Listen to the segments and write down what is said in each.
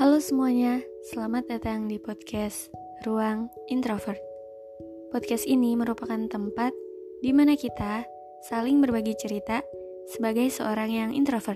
Halo semuanya, selamat datang di podcast Ruang Introvert. Podcast ini merupakan tempat di mana kita saling berbagi cerita sebagai seorang yang introvert.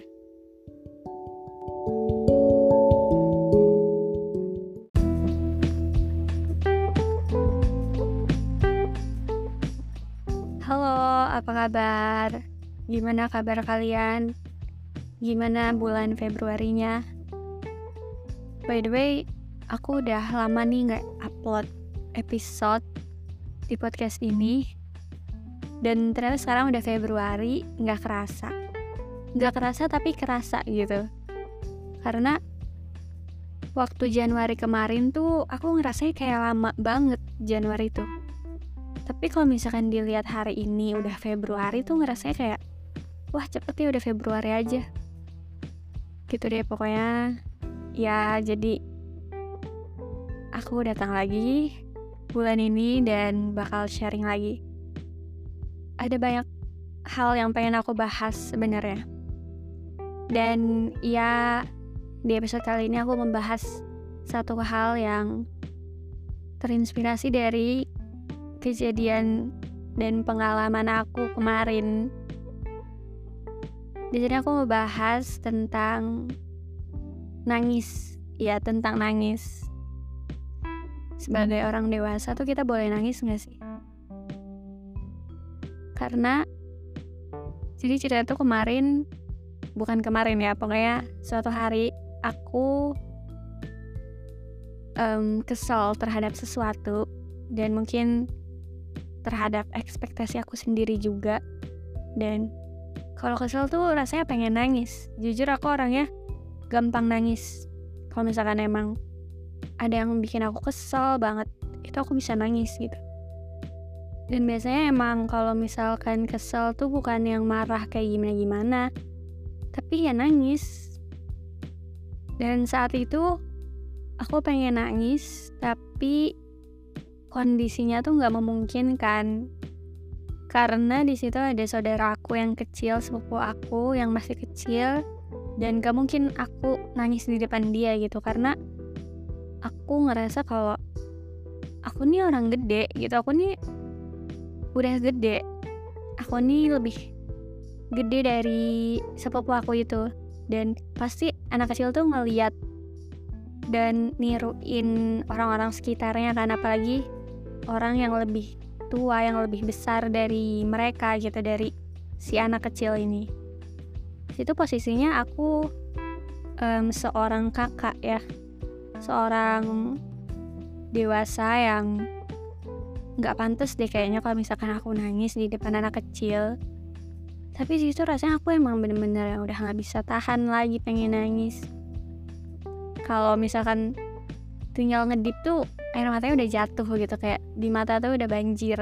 Halo, apa kabar? Gimana kabar kalian? Gimana bulan Februarinya? By the way, aku udah lama nih gak upload episode di podcast ini. Dan ternyata sekarang udah Februari, gak kerasa tapi kerasa gitu. Karena waktu Januari kemarin tuh aku ngerasanya kayak lama banget Januari tuh. Tapi kalau misalkan dilihat hari ini udah Februari tuh ngerasanya kayak wah cepet ya udah Februari aja. Gitu deh pokoknya. Ya, jadi aku datang lagi bulan ini dan bakal sharing lagi. Ada banyak hal yang pengen aku bahas sebenarnya. Dan ya, di episode kali ini aku membahas satu hal yang terinspirasi dari kejadian dan pengalaman aku kemarin. Di sini aku membahas tentang nangis. Ya, tentang nangis. Sebagai orang dewasa tuh kita boleh nangis gak sih? Karena jadi cerita tuh bukan kemarin ya, pokoknya suatu hari aku kesel terhadap sesuatu dan mungkin terhadap ekspektasi aku sendiri juga. Dan kalau kesel tuh rasanya pengen nangis. Jujur aku orangnya gampang nangis. Kalau misalkan emang ada yang bikin aku kesel banget, itu aku bisa nangis gitu. Dan biasanya emang kalau misalkan kesel tuh bukan yang marah kayak gimana-gimana, tapi ya nangis. Dan saat itu aku pengen nangis, tapi kondisinya tuh nggak memungkinkan. Karena di situ ada saudara aku yang kecil, sepupu aku yang masih kecil. Dan gak mungkin aku nangis di depan dia gitu, karena aku ngerasa kalau aku nih orang gede gitu, aku nih udah gede, aku nih lebih gede dari sepupu aku itu. Dan pasti anak kecil tuh ngeliat dan niruin orang-orang sekitarnya kan, apalagi orang yang lebih tua, yang lebih besar dari mereka gitu, dari si anak kecil ini. Itu posisinya aku seorang kakak ya, seorang dewasa yang nggak pantas deh kayaknya kalau misalkan aku nangis di depan anak kecil. Tapi situ rasanya aku emang bener-bener udah nggak bisa tahan lagi pengen nangis. Kalau misalkan tinggal ngedip tuh air matanya udah jatuh gitu, kayak di mata tuh udah banjir.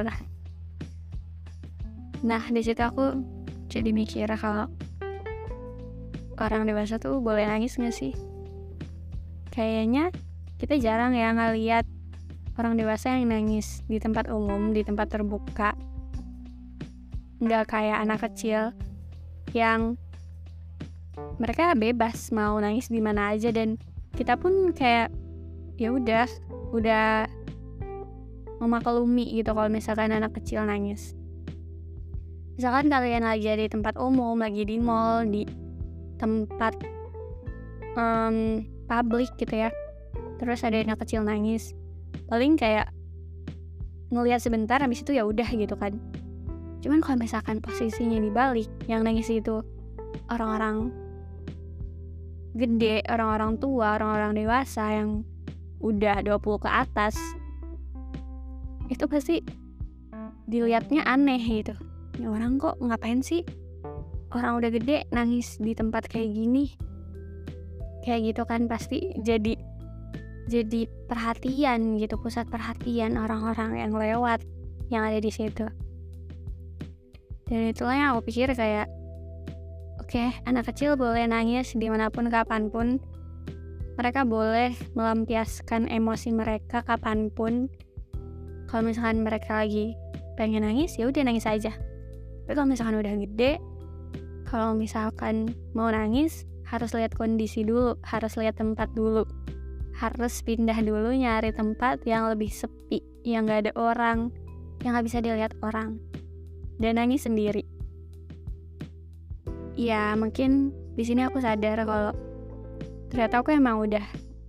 Nah di situ aku jadi mikir kalau orang dewasa tuh boleh nangis gak sih? Kayaknya kita jarang ya ngeliat orang dewasa yang nangis di tempat umum, di tempat terbuka. Nggak kayak anak kecil yang mereka bebas mau nangis di mana aja, dan kita pun kayak ya udah memaklumi gitu kalau misalkan anak kecil nangis. Misalkan kalian lagi ada di tempat umum, lagi di mall, di tempat publik gitu ya, terus ada anak kecil nangis, paling kayak ngelihat sebentar habis itu ya udah gitu kan. Cuman kalau misalkan posisinya dibalik, yang nangis itu orang-orang gede, orang-orang tua, orang-orang dewasa yang udah 20 ke atas, itu pasti dilihatnya aneh gitu. Ya orang kok ngapain sih orang udah gede nangis di tempat kayak gini, kayak gitu kan, pasti jadi perhatian gitu, pusat perhatian orang-orang yang lewat yang ada di situ. Dan itulah yang aku pikir kayak oke, anak kecil boleh nangis dimanapun kapanpun, mereka boleh melampiaskan emosi mereka kapanpun. Kalau misalkan mereka lagi pengen nangis ya udah nangis aja. Tapi kalau misalkan udah gede, kalau misalkan mau nangis harus lihat kondisi dulu, harus lihat tempat dulu. harus pindah dulu nyari tempat yang lebih sepi, yang gak ada orang, yang gak bisa dilihat orang, dan nangis sendiri. Ya mungkin di sini aku sadar kalau ternyata aku emang udah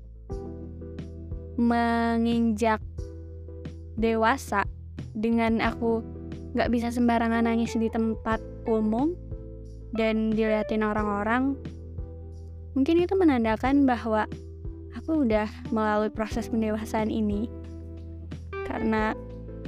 menginjak dewasa dengan aku gak bisa sembarangan nangis di tempat umum dan diliatin orang-orang. Mungkin itu menandakan bahwa aku udah melalui proses pendewasaan ini, karena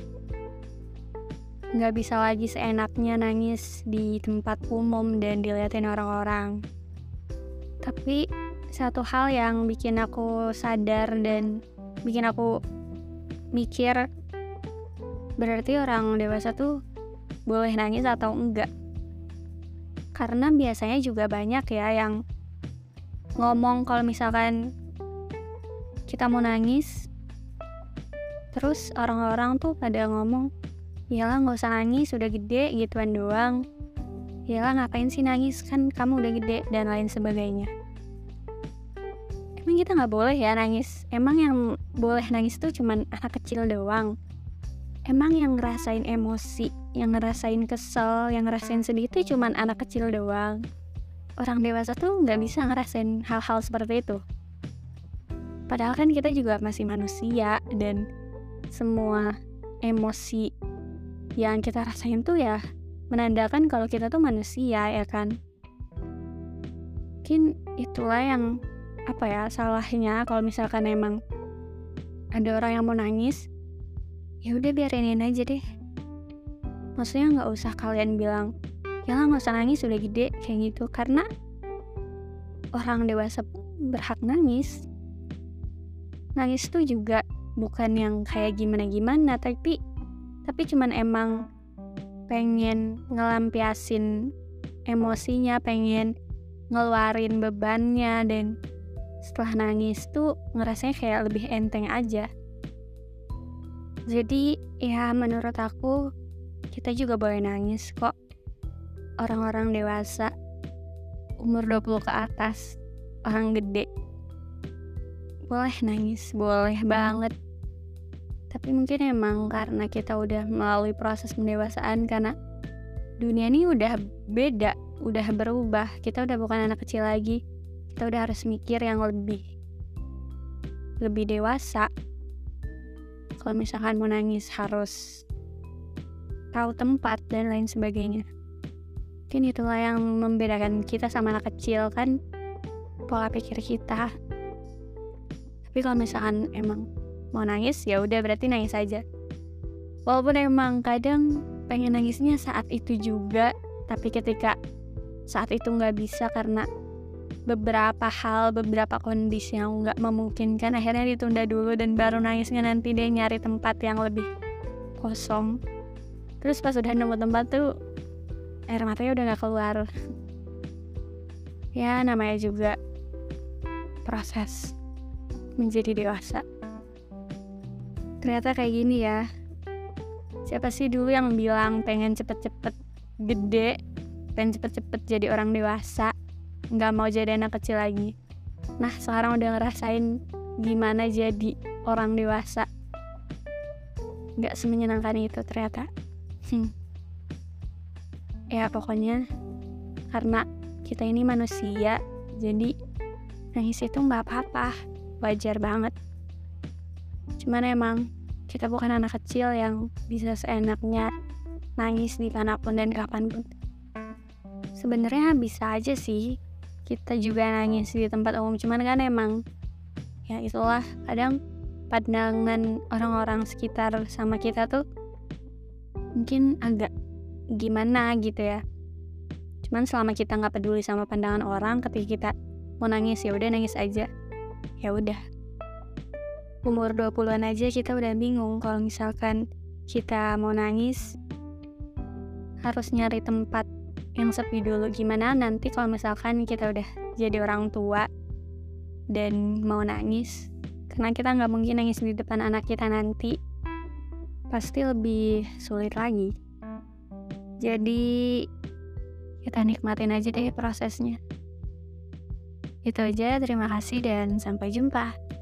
gak bisa lagi seenaknya nangis di tempat umum dan diliatin orang-orang. Tapi satu hal yang bikin aku sadar dan bikin aku mikir, berarti orang dewasa tuh boleh nangis atau enggak. Karena biasanya juga banyak ya yang ngomong kalau misalkan kita mau nangis, terus orang-orang tuh pada ngomong, "Yalah gak usah nangis, udah gede," gituan doang. "Yalah ngapain sih nangis, kan kamu udah gede," dan lain sebagainya. Emang kita gak boleh ya nangis? Emang yang boleh nangis tuh cuman anak kecil doang? Emang yang ngerasain emosi, yang ngerasain kesel, yang ngerasain sedih tuh cuman anak kecil doang? Orang dewasa tuh gak bisa ngerasain hal-hal seperti itu. Padahal kan kita juga masih manusia, dan semua emosi yang kita rasain tuh ya menandakan kalau kita tuh manusia, ya kan? Mungkin itulah yang salahnya kalau misalkan emang ada orang yang mau nangis, ya udah biarinin aja deh. Maksudnya nggak usah kalian bilang, "Ya lah nggak usah nangis, udah gede," kayak gitu. Karena orang dewasa pun berhak nangis. Nangis tuh juga bukan yang kayak gimana-gimana, tapi cuman emang pengen ngelampiasin emosinya, pengen ngeluarin bebannya, dan setelah nangis tuh ngerasanya kayak lebih enteng aja. Jadi ya menurut aku kita juga boleh nangis kok. Orang-orang dewasa, umur 20 ke atas, orang gede, boleh nangis, boleh banget. Tapi mungkin emang karena kita udah melalui proses pendewasaan, karena dunia ini udah beda, udah berubah. Kita udah bukan anak kecil lagi. Kita udah harus mikir yang lebih dewasa. Kalau misalkan mau nangis harus tahu tempat dan lain sebagainya. Mungkin itulah yang membedakan kita sama anak kecil, kan pola pikir kita. Tapi kalau misalkan emang mau nangis, ya udah berarti nangis aja. Walaupun emang kadang pengen nangisnya saat itu juga, tapi ketika saat itu nggak bisa karena beberapa hal, beberapa kondisi yang nggak memungkinkan, akhirnya ditunda dulu dan baru nangisnya nanti deh nyari tempat yang lebih kosong. Terus pas udah nemu tempat tuh air matanya udah nggak keluar. Ya namanya juga proses menjadi dewasa. Ternyata kayak gini ya. Siapa sih dulu yang bilang pengen cepet-cepet gede, pengen cepet-cepet jadi orang dewasa, gak mau jadi anak kecil lagi. Nah sekarang udah ngerasain gimana jadi orang dewasa. Gak semenyenangkan itu ternyata. Ya pokoknya karena kita ini manusia, jadi nangis itu gak apa-apa, wajar banget. Cuman emang kita bukan anak kecil yang bisa seenaknya nangis dimanapun dan kapanpun. Sebenarnya bisa aja sih kita juga nangis di tempat umum, cuman kan emang ya itulah, kadang pandangan orang-orang sekitar sama kita tuh mungkin agak gimana gitu ya. Cuman selama kita nggak peduli sama pandangan orang, ketika kita mau nangis ya udah nangis aja. Ya udah. Umur 20-an aja kita udah bingung kalau misalkan kita mau nangis harus nyari tempat yang sepi dulu. Gimana nanti kalau misalkan kita udah jadi orang tua dan mau nangis, karena kita nggak mungkin nangis di depan anak kita nanti, pasti lebih sulit lagi. Jadi kita nikmatin aja deh prosesnya. Itu aja, terima kasih dan sampai jumpa.